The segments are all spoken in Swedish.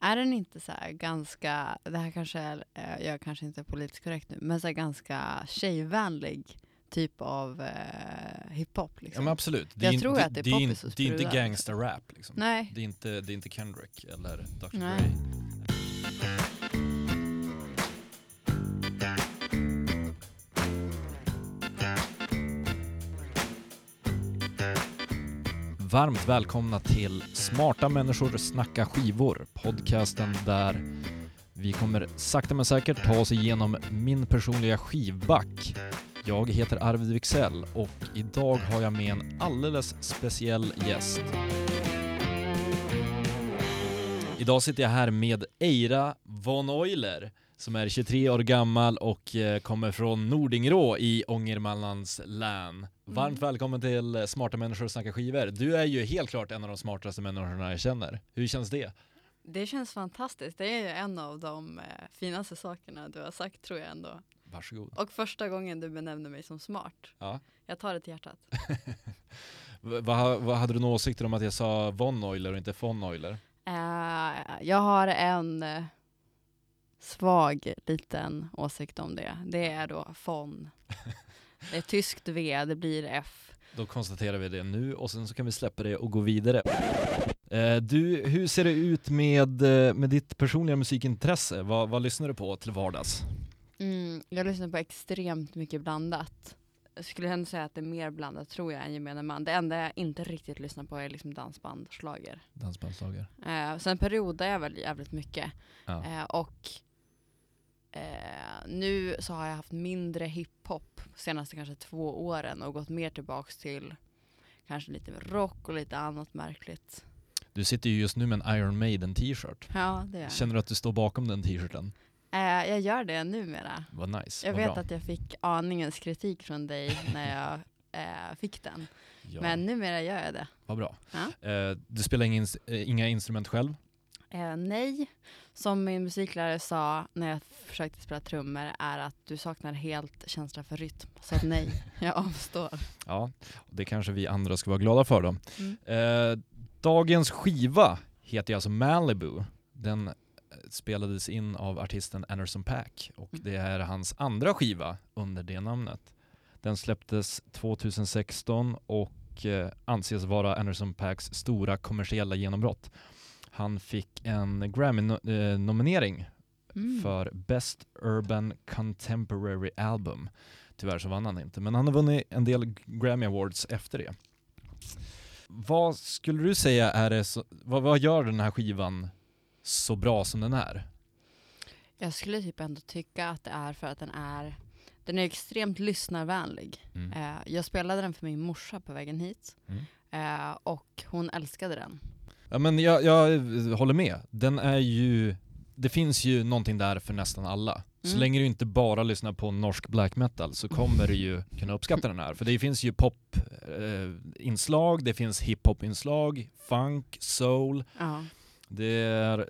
Är den inte så här ganska, det här kanske är, jag är kanske inte politiskt korrekt nu, men så här ganska tjejvänlig typ av hiphop liksom. Ja, men absolut. Jag tror att det är poppis och det är inte sprudlar, gangsta-rap liksom. Nej. Det är inte Kendrick eller Dr. Nej. Dre. Varmt välkomna till Smarta människor snacka skivor, podcasten där vi kommer sakta men säkert ta oss igenom min personliga skivback. Jag heter Arvid Wiksell och idag har jag med en alldeles speciell gäst. Idag sitter jag här med Eira von Euler som är 23 år gammal och kommer från Nordingrå i Ångermanlands län. Varmt välkommen till Smarta människor snacka skivor. Du är ju helt klart en av de smartaste människorna jag känner. Hur känns det? Det känns fantastiskt. Det är ju en av de finaste sakerna du har sagt, tror jag ändå. Varsågod. Och första gången du benämnde mig som smart. Ja. Jag tar det till hjärtat. Vad hade du några åsikter om att jag sa von Euler och inte von Euler? Jag har en svag liten åsikt om det. Det är då von. Det är tyskt V, det blir F. Då konstaterar vi det nu och sen så kan vi släppa det och gå vidare. Du, hur ser det ut med ditt personliga musikintresse? Vad lyssnar du på till vardags? Jag lyssnar på extremt mycket blandat. Jag skulle ändå säga att det är mer blandat, tror jag, än gemene man. Det enda jag inte riktigt lyssnar på är liksom dansbandslager. Dansbandslager. Sen periodar jag väl jävligt mycket. Ja. Nu så har jag haft mindre hiphop senaste kanske 2 åren och gått mer tillbaks till kanske lite rock och lite annat märkligt. Du sitter ju just nu med en Iron Maiden t-shirt. Ja, det är. Känner du att du står bakom den t-shirten? Jag gör det numera. Vad nice. Jag vad vet bra. att jag fick aningens kritik från dig när jag fick den. Ja. Men numera gör jag det. Vad bra. Ja. Du spelar inga instrument själv? Nej, som min musiklärare sa när jag försökte spela trummor är att du saknar helt känsla för rytm. Så att nej, jag avstår. Ja, det kanske vi andra ska vara glada för då. Dagens skiva heter alltså Malibu. Den spelades in av artisten Anderson .Paak och det är hans andra skiva under det namnet. Den släpptes 2016 och anses vara Anderson .Paaks stora kommersiella genombrott. Han fick en Grammy-nominering för Best Urban Contemporary Album. Tyvärr så vann han inte, men han har vunnit en del Grammy Awards efter det. Vad skulle du säga är det vad gör den här skivan så bra som den är? Jag skulle typ ändå tycka att det är för att den är extremt lyssnarvänlig. Jag spelade den för min morsa på vägen hit och hon älskade den. Ja, men jag håller med. Den är ju, det finns ju någonting där för nästan alla. Så länge du inte bara lyssnar på norsk black metal så kommer du ju kunna uppskatta den här. För det finns ju pop-inslag, det finns hiphop-inslag, funk, soul. Det är,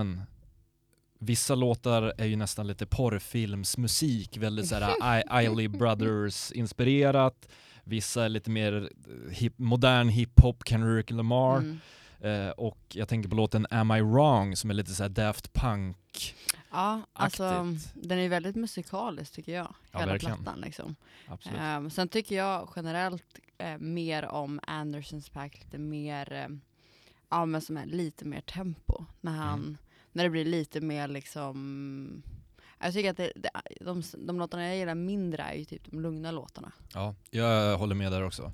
vissa låtar är ju nästan lite porrfilmsmusik, väldigt såhär Isley Brothers-inspirerat. Vissa är lite mer modern hiphop, Kendrick Lamar. Och jag tänker på låten Am I Wrong som är lite såhär Daft Punk. Ja, alltså den är väldigt musikalisk tycker jag. Hela verkligen. plattan liksom. Absolut. Sen tycker jag generellt mer om Anderson .Paak lite mer men som är lite mer tempo när det blir lite mer liksom. Jag tycker att de låtarna jag gillar mindre är ju typ de lugna låtarna. Ja, jag håller med där också.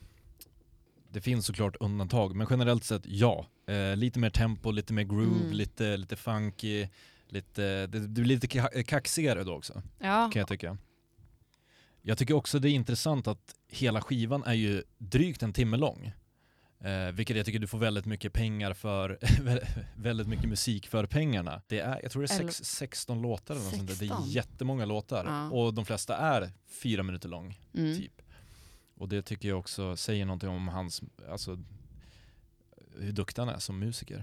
Det finns såklart undantag, men generellt sett ja. Lite mer tempo, lite mer groove, lite funky, det blir lite kaxigare då också. Ja. Kan jag tycka. Jag tycker också det är intressant att hela skivan är ju drygt en timme lång. Vilket jag tycker du får väldigt mycket pengar för väldigt mycket musik för pengarna. Jag tror det är 16 låtar eller något sånt där. Det är jättemånga låtar och de flesta är 4 minuter lång typ. Och det tycker jag också säger någonting om hans, alltså hur duktig han är som musiker.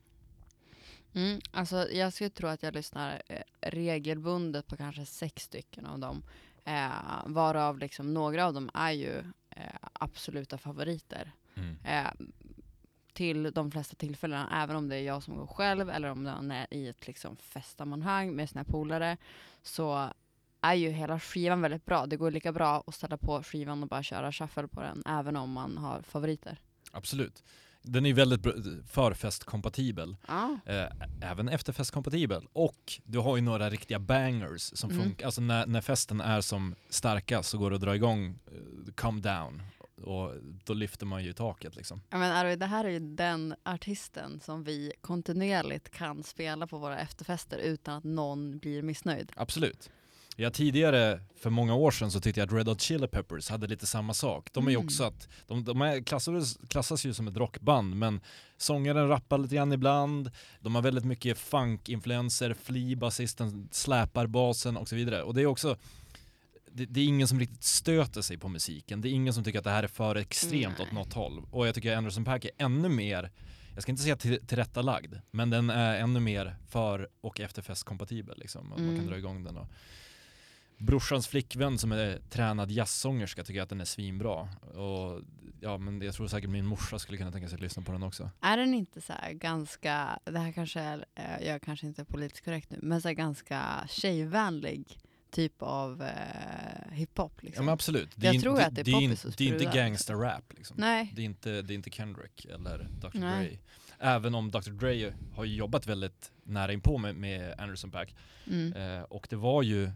Alltså jag skulle tro att jag lyssnar regelbundet på kanske 6 stycken av dem. Varav liksom några av dem är ju absoluta favoriter. till de flesta tillfällena, även om det är jag som går själv eller om den är i ett liksom festsammanhang med sina polare, så är ju hela skivan väldigt bra. Det går lika bra att ställa på skivan och bara köra shuffle på den, även om man har favoriter. Absolut. Den är väldigt förfestkompatibel. Även efterfestkompatibel. Och du har ju några riktiga bangers som funkar. Alltså när festen är som starkast så går det att dra igång Come Down. Och då lyfter man ju taket liksom. Ja, men Arvid, det här är ju den artisten som vi kontinuerligt kan spela på våra efterfester utan att någon blir missnöjd. Absolut. Ja, tidigare, för många år sedan, så tyckte jag att Red Hot Chili Peppers hade lite samma sak. De är ju också att de klassas ju som ett rockband, men sångaren rappar lite grann ibland. De har väldigt mycket funk-influenser, Flea, basisten släpar basen och så vidare. Och det är också, det är ingen som riktigt stöter sig på musiken. Det är ingen som tycker att det här är för extremt åt något håll. Och jag tycker att Anderson .Paak är ännu mer, jag ska inte säga tillrättalagd, men den är ännu mer för- och efterfestkompatibel liksom. Man kan dra igång den och brorsans flickvän som är tränad jazzsångerska tycker att den är svinbra. Och ja, men jag tror säkert min morsa skulle kunna tänka sig att lyssna på den också. Är den inte så här ganska, det här kanske är, jag kanske inte är politiskt korrekt nu, men så här ganska tjejvänlig typ av hiphop liksom? Ja, men absolut. Jag tror att det är poppis och det är inte sprudlar. gangsta-rap liksom. Nej. Det är inte Kendrick eller Dr. Dre. Även om Dr. Dre har jobbat väldigt nära inpå med Anderson .Paak. Och det var ju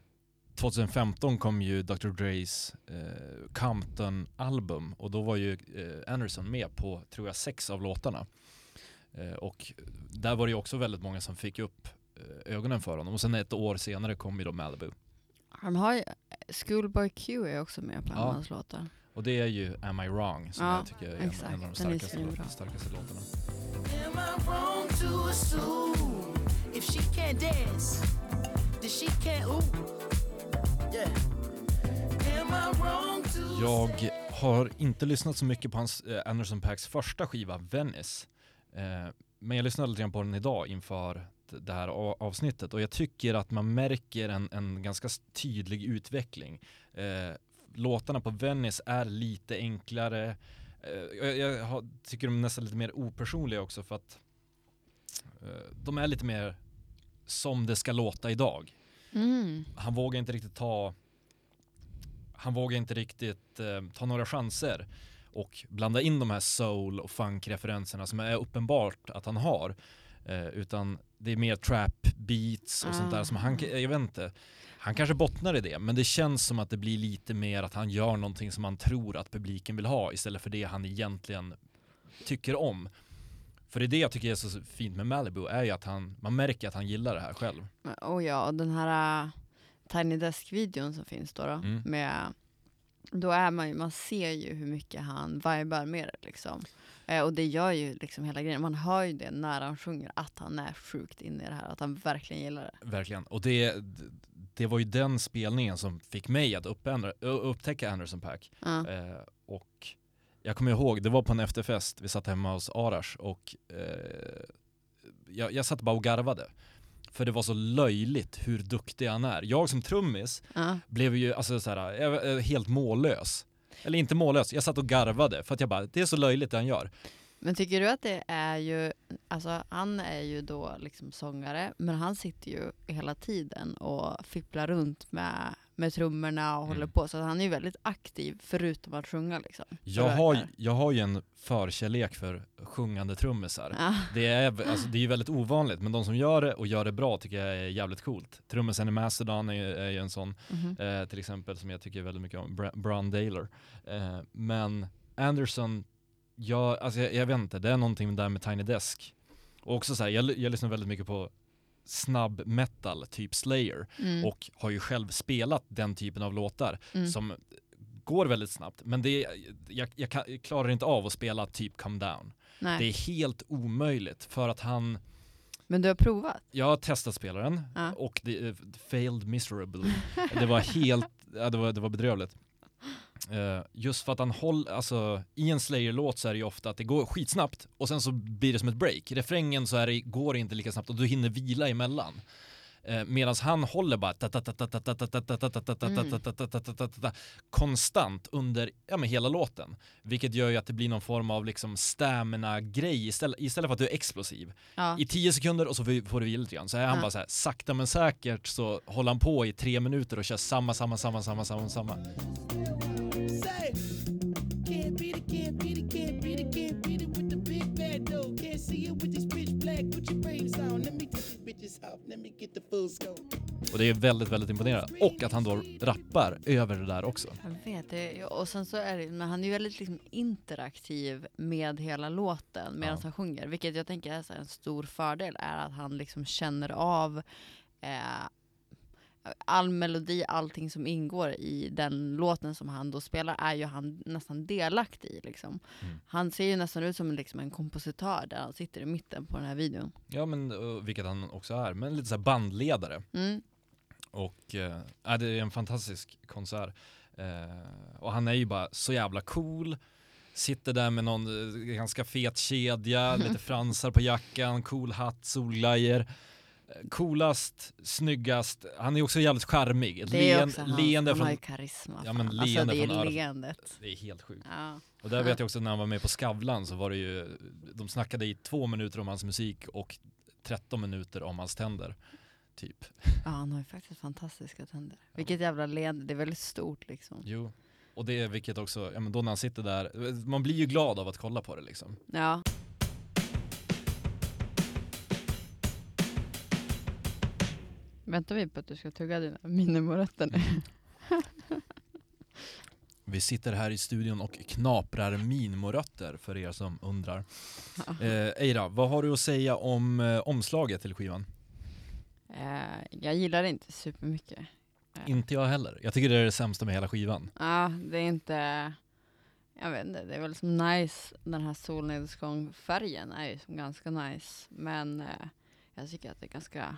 2015 kom ju Dr. Dres Compton-album och då var ju Anderson med på, tror jag, 6 av låtarna. Och där var det ju också väldigt många som fick upp ögonen för honom. Och sen ett år senare kom ju då Malibu. Han har ju, Schoolboy Q är också med på hans låtar. Och det är ju Am I Wrong som jag tycker är en av de starkaste låtarna. Am I wrong to assume if she can't dance, then she can't ooh? Yeah. Am I wrong to Jag har inte lyssnat så mycket på hans Anderson .Paaks första skiva Venice. Men jag lyssnade lite grann på den idag inför det här avsnittet och jag tycker att man märker en ganska tydlig utveckling. Låtarna på Venice är lite enklare. Jag tycker de är nästan lite mer opersonliga också för att de är lite mer som det ska låta idag. Han vågar inte riktigt ta några chanser och blanda in de här soul- och funk-referenserna som är uppenbart att han har. Utan det är mer trap beats och sånt där som jag vet inte. Han kanske bottnar i det, men det känns som att det blir lite mer att han gör någonting som han tror att publiken vill ha istället för det han egentligen tycker om. För det jag tycker är så fint med Malibu är ju att man märker att han gillar det här själv. Och ja, den här Tiny Desk-videon som finns då med, då är man ser ju hur mycket han vibar med det liksom. Och det gör ju liksom hela grejen. Man hör ju det när han sjunger att han är sjukt inne i det här, att han verkligen gillar det. Verkligen. Och det var ju den spelningen som fick mig att upptäcka Anderson .Paak. Och jag kommer ihåg, det var på en efterfest, vi satt hemma hos Arash och jag satt bara och garvade. För det var så löjligt hur duktig han är. Jag som trummis blev ju alltså, helt mållös. Eller inte mållös, jag satt och garvade för att jag bara, det är så löjligt det han gör. Men tycker du att det är ju, alltså han är ju då liksom sångare, men han sitter ju hela tiden och fipplar runt med trummorna och håller på, så han är ju väldigt aktiv förutom att sjunga liksom. Jag har ju en förkärlek för sjungande trummisar. Det är ju väldigt ovanligt, men de som gör det och gör det bra tycker jag är jävligt coolt. Trummisen i Mastodon är ju en sån till exempel som jag tycker väldigt mycket om, Brian Daler. Men Anderson, jag vet inte, det är någonting där med Tiny Desk. Och också så här, jag lyssnar väldigt mycket på snabb metal, typ Slayer, och har ju själv spelat den typen av låtar som går väldigt snabbt, men jag klarar inte av att spela typ Come Down. Nej. Det är helt omöjligt för att han... Men du har provat? Jag har testat spelaren och det failed miserably. Det var helt, det var bedrövligt. Just för att han i en Slayer-låt så är det ju ofta att det går skitsnabbt och sen så blir det som ett break. I refrängen så går det inte lika snabbt och du hinner vila emellan. Medan han håller bara konstant under hela låten. Vilket gör ju att det blir någon form av liksom stamina-grej istället för att du är explosiv. I 10 sekunder och så får du vila lite grann. Så är han bara så här, sakta men säkert så håller han på i 3 minuter och kör samma. Och det är väldigt, väldigt imponerande. Och att han då rappar över det där också. Jag vet det. Och sen så är det, men han är ju väldigt liksom interaktiv med hela låten medan han sjunger. Vilket jag tänker är så en stor fördel är att han liksom känner av all melodi, allting som ingår i den låten som han då spelar är ju han nästan delaktig i liksom. Han ser ju nästan ut som liksom en kompositör där han sitter i mitten på den här videon. Ja, men vilket han också är, men lite så här bandledare. Och det är en fantastisk konsert. Och han är ju bara så jävla cool. Sitter där med någon ganska fet kedja, lite fransar på jackan, cool hatt, solglajjor. Coolast, snyggast. Han är också jävligt charmig. Det är också leende han från, har ju karisma. ja, men alltså leende det är från leendet. Det är helt sjukt. Ja. Och där vet jag också när han var med på Skavlan så var det ju, de snackade i 2 minuter om hans musik och 13 minuter om hans tänder. Typ. Ja, han har ju faktiskt fantastiska tänder. Vilket jävla leende, det är väldigt stort liksom. Jo, och det är vilket också, ja men då när han sitter där, man blir ju glad av att kolla på det liksom. Ja. Väntar vi på att du ska tugga dina minimorötter nu? Vi sitter här i studion och knaprar minimorötter för er som undrar. Eira, vad har du att säga om omslaget till skivan? Jag gillar det inte supermycket. Inte jag heller. Jag tycker det är det sämsta med hela skivan. Ja, det är inte... Jag vet inte, det är väl som nice. Den här solnedgångsfärgen är ju som ganska nice. Men jag tycker att det är ganska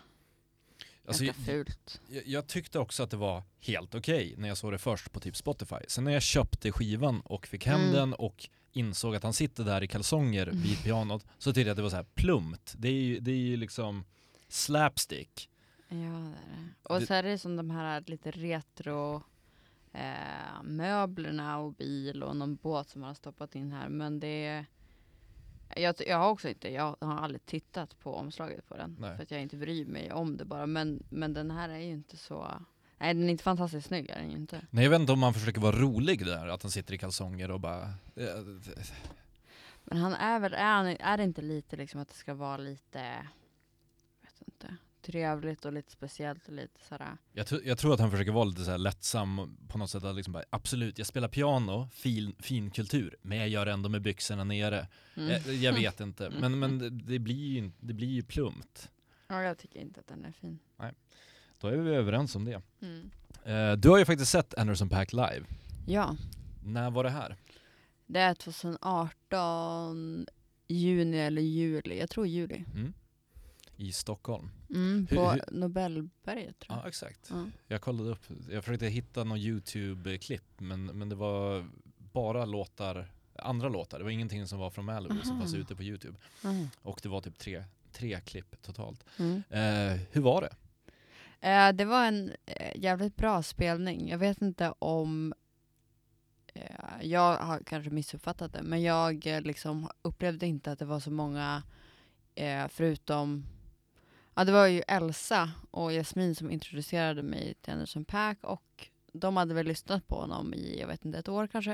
fult. Jag tyckte också att det var helt okej när jag såg det först på typ Spotify. Sen när jag köpte skivan och fick hem den och insåg att han sitter där i kalsonger vid pianot, så tyckte jag att det var så här plumpt. Det är ju liksom slapstick. Ja, det är det. Och så är det som de här lite retro möblerna och bil och någon båt som man har stoppat in här. Men det är... Jag har också inte, jag har aldrig tittat på omslaget på den. Nej. För att jag inte bryr mig om det bara. Men den här är ju inte så... Nej, den är inte fantastiskt snygg, är den ju inte. Nej, jag vet inte om man försöker vara rolig där, att han sitter i kalsonger och bara... Men han är väl, är det inte lite liksom att det ska vara lite, vet inte, trevligt och lite speciellt och lite sådär. Jag tror att han försöker vara lite så här lättsam på något sätt, att liksom bara, absolut, jag spelar piano, fin kultur, men jag gör ändå med byxorna nere. Jag vet inte, men det blir ju plumpt. Ja, jag tycker inte att den är fin. Nej, då är vi överens om det. Du har ju faktiskt sett Anderson .Paak live. Ja. När var det här? Det är 2018, juni eller juli. Jag tror juli. I Stockholm. På Nobelberget, tror jag. Ja, exakt. Jag kollade upp. Jag försökte hitta någon YouTube-klipp, men det var bara andra låtar. Det var ingenting som var från Malibu som fanns ute på YouTube. Och det var typ tre klipp totalt. Hur var det? Det var en jävligt bra spelning. Jag vet inte om... jag har kanske missuppfattat det, men jag liksom upplevde inte att det var så många förutom... Ja, det var ju Elsa och Jasmin som introducerade mig till Anderson .Paak, och de hade väl lyssnat på honom i, jag vet inte, 1 år kanske.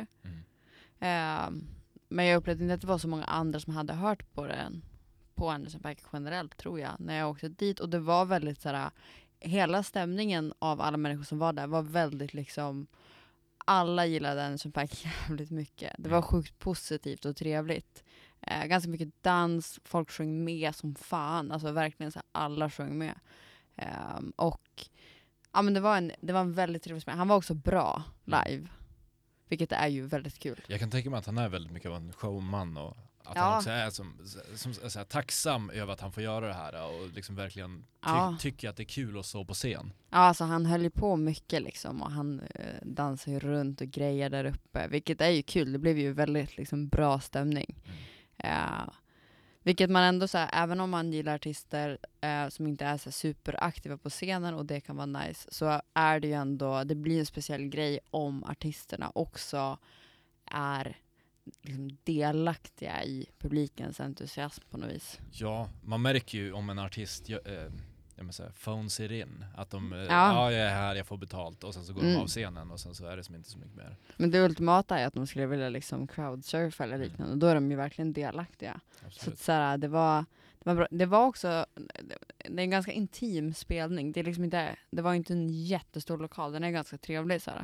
Men jag upplevde inte att det var så många andra som hade hört på Anderson .Paak generellt, tror jag, när jag åkte dit. Och det var väldigt sådär, hela stämningen av alla människor som var där var väldigt liksom, alla gillade Anderson .Paak jävligt mycket. Det var sjukt positivt och trevligt. Ganska mycket dans, folk sjöng med som fan, alltså verkligen så här, alla sjöng med. Och ja, men det var en väldigt trevlig spelning. Han var också bra live, vilket är ju väldigt kul. Jag kan tänka mig att han är väldigt mycket av en showman, och att han också är som tacksam över att han får göra det här och liksom verkligen tycker att det är kul att stå på scen. Ja, alltså han höll ju på mycket liksom, och han dansade ju runt och grejer där uppe, vilket är ju kul. Det blev ju väldigt liksom bra stämning. Vilket man ändå så här, även om man gillar artister som inte är så här superaktiva på scenen och det kan vara nice, så är det ju ändå, det blir en speciell grej om artisterna också är liksom delaktiga i publikens entusiasm på något vis. Ja, man märker ju om en artist phones it in. Att de, Ja. jag är här, jag får betalt. Och sen så går de av scenen och sen så är det som inte så mycket mer. Men det ultimata är att de skulle vilja liksom crowdsurfa eller liknande. Och då är de ju verkligen delaktiga. Absolut. Så här, det var bra. Det var också, det är en ganska intim spelning. Det är liksom inte, det var inte en jättestor lokal. Den är ganska trevlig så här.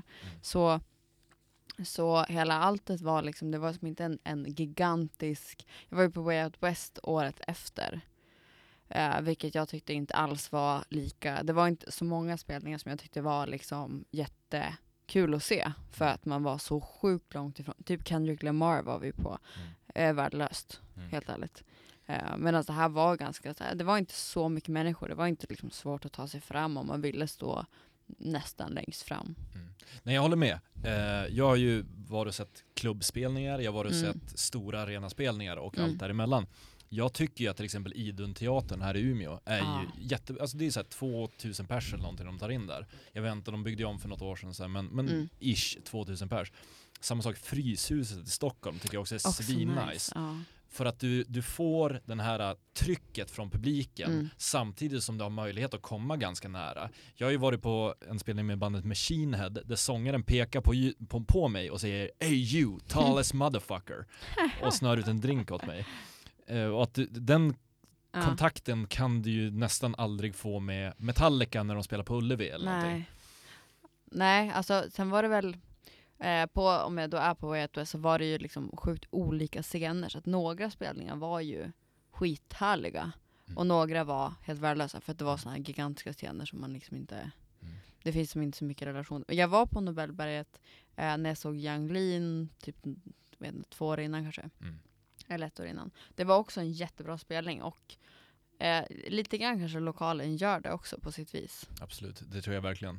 Så hela alltet var liksom, det var som inte en gigantisk, jag var ju på Way Out West året efter. Vilket jag tyckte inte alls var lika, det var inte så många spelningar som jag tyckte var liksom jättekul att se. För att man var så sjukt långt ifrån. Typ Kendrick Lamar var vi på. Värdelöst, helt ärligt. Medan det här var ganska, det var inte så mycket människor. Det var inte liksom svårt att ta sig fram om man ville stå nästan längst fram. Nej, jag håller med. Jag har ju varit och sett klubbspelningar, jag har varit och sett stora arenaspelningar och allt däremellan. Jag tycker ju att till exempel Idun-teatern här i Umeå är ju alltså det är så här 2000 pers eller någonting de tar in där. Jag vet inte, de byggde om för något år sedan så här, men ish 2000 pers. Samma sak, Fryshuset i Stockholm tycker jag också är svinnice. Nice. Ja. För att du får den här trycket från publiken samtidigt som du har möjlighet att komma ganska nära. Jag har ju varit på en spelning med bandet Machine Head där sångaren pekar på mig och säger "Hey you, tallest motherfucker" och snör ut en drink åt mig. Och att den kontakten kan du ju nästan aldrig få med Metallica när de spelar på Ullevi eller någonting. Nej, alltså sen var det väl om jag då är på Way Out West så var det ju liksom sjukt olika scener, så att några spelningar var ju skithärliga och några var helt värdelösa för att det var såna här gigantiska scener som man liksom inte det finns som inte så mycket relation. Jag var på Nobelberget när jag såg Yung Lean typ 2 år innan kanske. Eller 1 år innan. Det var också en jättebra spelning och lite grann kanske lokalen gör det också på sitt vis. Absolut, det tror jag verkligen.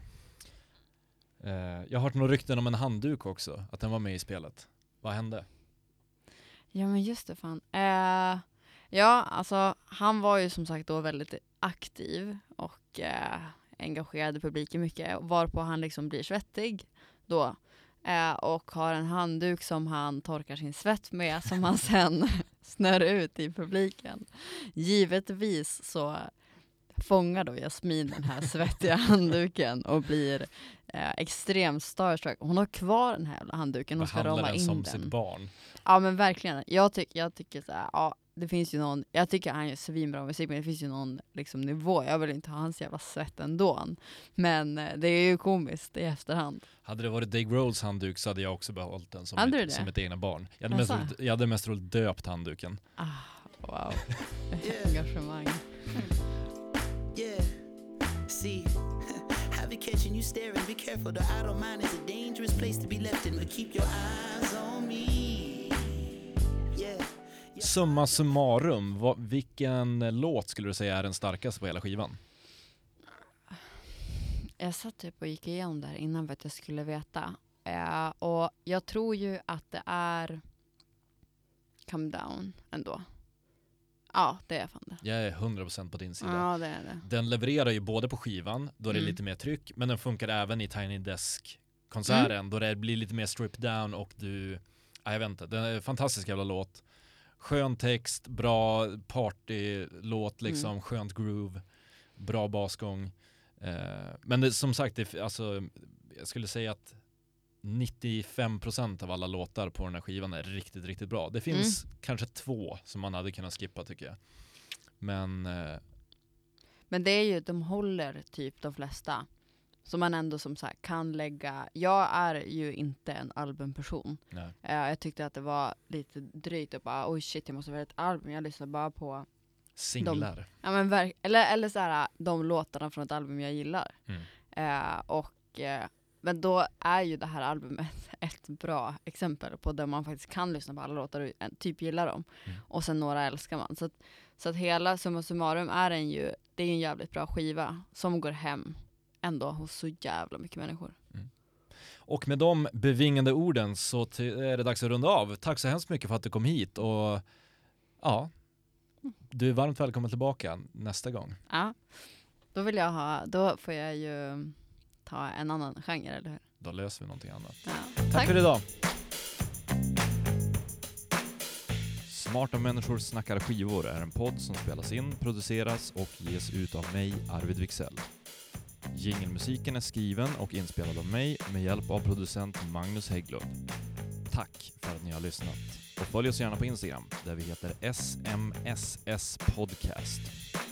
Jag har hört några rykten om en handduk också, att den var med i spelet. Vad hände? Ja men just det fan. Ja, alltså han var ju som sagt då väldigt aktiv och engagerade publiken mycket. Varpå han liksom blir svettig då. Och har en handduk som han torkar sin svett med som han sen snör ut i publiken. Givetvis så fångar då Jasmin den här svettiga handduken och blir extremt starstruck. Hon har kvar den här handduken. Hon ska rama in den som sitt barn. Ja men verkligen. Jag tycker så här, ja det finns ju någon, jag tycker han gör svinbra musik men det finns ju någon liksom nivå. Jag vill inte ha hans jävla svett ändå. Men det är ju komiskt i efterhand. Hade det varit Dave Grohls handduk så hade jag också behållit den som ett egna barn. Jag hade mest roligt döpt handduken. Wow. Engagemang. Yeah. See, I be catching you staring. Be careful, the idle mind is a dangerous place to be left in. But keep your eyes on me. Yeah. Summa summarum, vilken låt skulle du säga är den starkaste på hela skivan? Jag satt typ och gick igenom där innan för att jag skulle veta. Och jag tror ju att det är Come Down ändå. Ja, det är fan det. Jag är 100% på din sida. Ja, det är det. Den levererar ju både på skivan, då det är lite mer tryck, men den funkar även i Tiny Desk-konserten, då det blir lite mer stripped down och jag vet inte, det är en fantastisk jävla låt. Skön text, bra partylåt, liksom, skönt groove, bra basgång. Men det, som sagt, alltså, jag skulle säga att 95% av alla låtar på den här skivan är riktigt, riktigt bra. Det finns kanske 2 som man hade kunnat skippa tycker jag. Men det är ju, de håller typ de flesta. Som man ändå som så här kan lägga. Jag är ju inte en albumperson. Jag tyckte att det var lite drygt och bara, oj shit, jag måste välja ett album. Jag lyssnar bara på singlar. Ja, men eller så här, de låtarna från ett album jag gillar. Men då är ju det här albumet ett bra exempel på där man faktiskt kan lyssna på alla låtar och typ gillar dem. Och sen några älskar man. Så att hela summa summarum det är en jävligt bra skiva som går hem ändå hos så jävla mycket människor. Och med de bevingande orden så är det dags att runda av. Tack så hemskt mycket för att du kom hit och ja, Du är varmt välkommen tillbaka nästa gång. Ja, då får jag ju ta en annan genre, eller hur? Då löser vi någonting annat. Ja. Tack för idag. Smarta människor snackar skivor är en podd som spelas in, produceras och ges ut av mig, Arvid Wiksell. Jingelmusiken är skriven och inspelad av mig med hjälp av producent Magnus Hägglund. Tack för att ni har lyssnat. Och följ oss gärna på Instagram där vi heter SMSS Podcast.